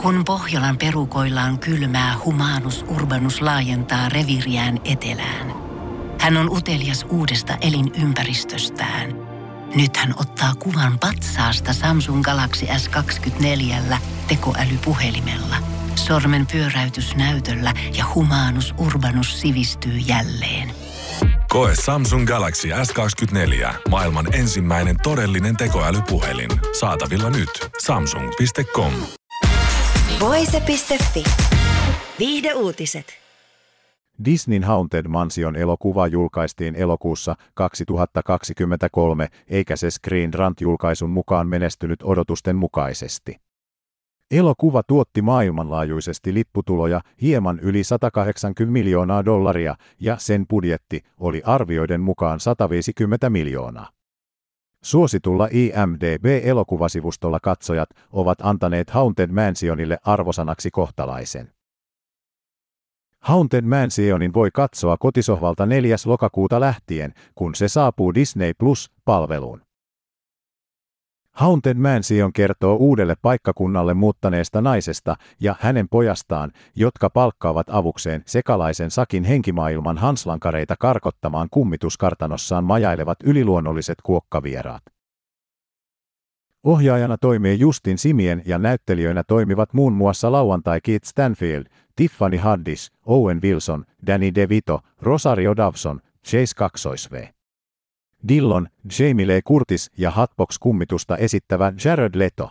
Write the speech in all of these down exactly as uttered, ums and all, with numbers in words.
Kun Pohjolan perukoillaan kylmää, Humanus Urbanus laajentaa reviiriään etelään. Hän on utelias uudesta elinympäristöstään. Nyt hän ottaa kuvan patsaasta Samsung Galaxy S kaksikymmentäneljä tekoälypuhelimella. Sormen pyöräytys näytöllä ja Humanus Urbanus sivistyy jälleen. Koe Samsung Galaxy S kaksikymmentäneljä, maailman ensimmäinen todellinen tekoälypuhelin. Saatavilla nyt. samsung piste com. Voise piste fi. Viihdeuutiset. Disneyn Haunted Mansion elokuva julkaistiin elokuussa kaksituhattakaksikymmentäkolme, eikä se Screen Rant-julkaisun mukaan menestynyt odotusten mukaisesti. Elokuva tuotti maailmanlaajuisesti lipputuloja hieman yli sata kahdeksankymmentä miljoonaa dollaria ja sen budjetti oli arvioiden mukaan sata viisikymmentä miljoonaa. Suositulla I M D B-elokuvasivustolla katsojat ovat antaneet Haunted Mansionille arvosanaksi kohtalaisen. Haunted Mansionin voi katsoa kotisohvalta neljäs lokakuuta lähtien, kun se saapuu Disney Plus-palveluun. Haunted Mansion kertoo uudelle paikkakunnalle muuttaneesta naisesta ja hänen pojastaan, jotka palkkaavat avukseen sekalaisen Sakin henkimaailman hanslankareita karkottamaan kummituskartanossaan majailevat yliluonnolliset kuokkavieraat. Ohjaajana toimii Justin Simien ja näyttelijöinä toimivat muun muassa lauantai Keith Stanfield, Tiffany Haddish, Owen Wilson, Danny DeVito, Rosario Dawson, Chase kaksois-V. Dillon, Jamie Lee Curtis ja Hatbox-kummitusta esittävä Jared Leto.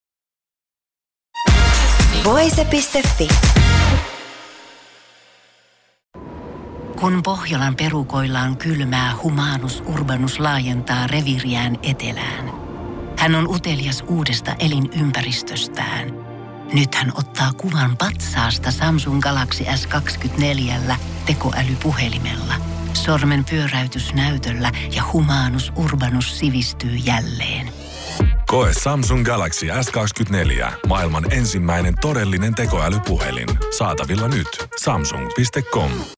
Voise piste fi. Kun Pohjolan perukoillaan kylmää, Humanus Urbanus laajentaa reviiriään etelään. Hän on utelias uudesta elinympäristöstään. Nyt hän ottaa kuvan patsaasta Samsung Galaxy S kaksikymmentäneljä tekoälypuhelimella. Sormen pyöräytys näytöllä ja Humanus Urbanus sivistyy jälleen. Koe Samsung Galaxy S kaksikymmentäneljä, maailman ensimmäinen todellinen tekoälypuhelin. Saatavilla nyt. samsung piste com.